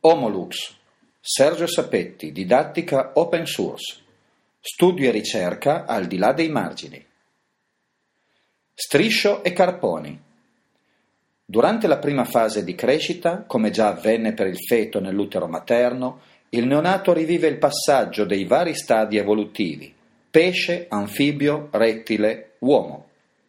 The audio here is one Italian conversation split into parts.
Homolux, Sergio Sapetti, didattica open source, studio e ricerca al di là dei margini. Striscio e carponi. Durante la prima fase di crescita, come già avvenne per il feto nell'utero materno, il neonato rivive il passaggio dei vari stadi evolutivi: pesce, anfibio, rettile, uomo.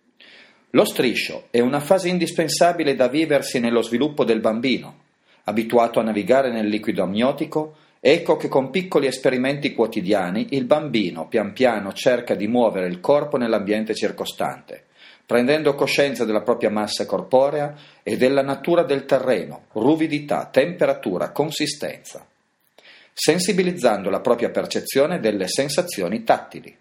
Lo striscio è una fase indispensabile da viversi nello sviluppo del bambino. Abituato a navigare nel liquido amniotico, ecco che con piccoli esperimenti quotidiani il bambino pian piano cerca di muovere il corpo nell'ambiente circostante, prendendo coscienza della propria massa corporea e della natura del terreno, ruvidità, temperatura, consistenza, sensibilizzando la propria percezione delle sensazioni tattili.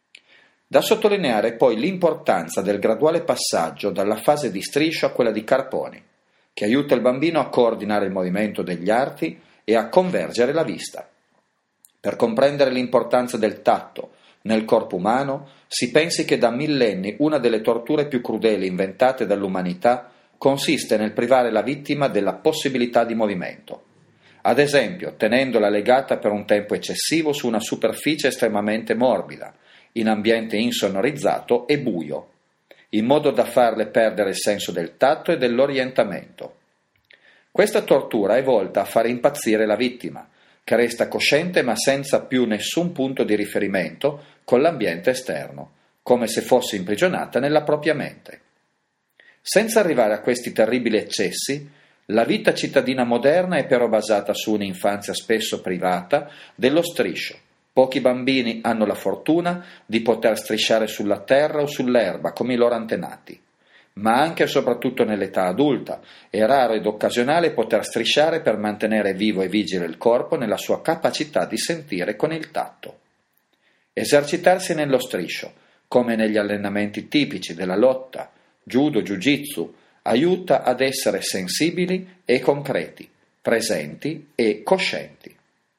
Da sottolineare poi l'importanza del graduale passaggio dalla fase di striscio a quella di carponi, che aiuta il bambino a coordinare il movimento degli arti e a convergere la vista. Per comprendere l'importanza del tatto nel corpo umano, si pensi che da millenni una delle torture più crudeli inventate dall'umanità consiste nel privare la vittima della possibilità di movimento, ad esempio tenendola legata per un tempo eccessivo su una superficie estremamente morbida, in ambiente insonorizzato e buio, in modo da farle perdere il senso del tatto e dell'orientamento. Questa tortura è volta a fare impazzire la vittima, che resta cosciente ma senza più nessun punto di riferimento con l'ambiente esterno, come se fosse imprigionata nella propria mente. Senza arrivare a questi terribili eccessi, la vita cittadina moderna è però basata su un'infanzia spesso privata dello striscio. Pochi bambini hanno la fortuna di poter strisciare sulla terra o sull'erba come i loro antenati, ma anche e soprattutto nell'età adulta è raro ed occasionale poter strisciare per mantenere vivo e vigile il corpo nella sua capacità di sentire con il tatto. Esercitarsi nello striscio, come negli allenamenti tipici della lotta, judo, jiu-jitsu, aiuta ad essere sensibili e concreti, presenti e coscienti.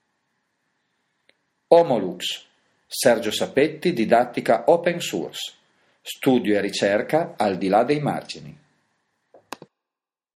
Homolux, Sergio Sapetti, didattica open source, studio e ricerca al di là dei margini.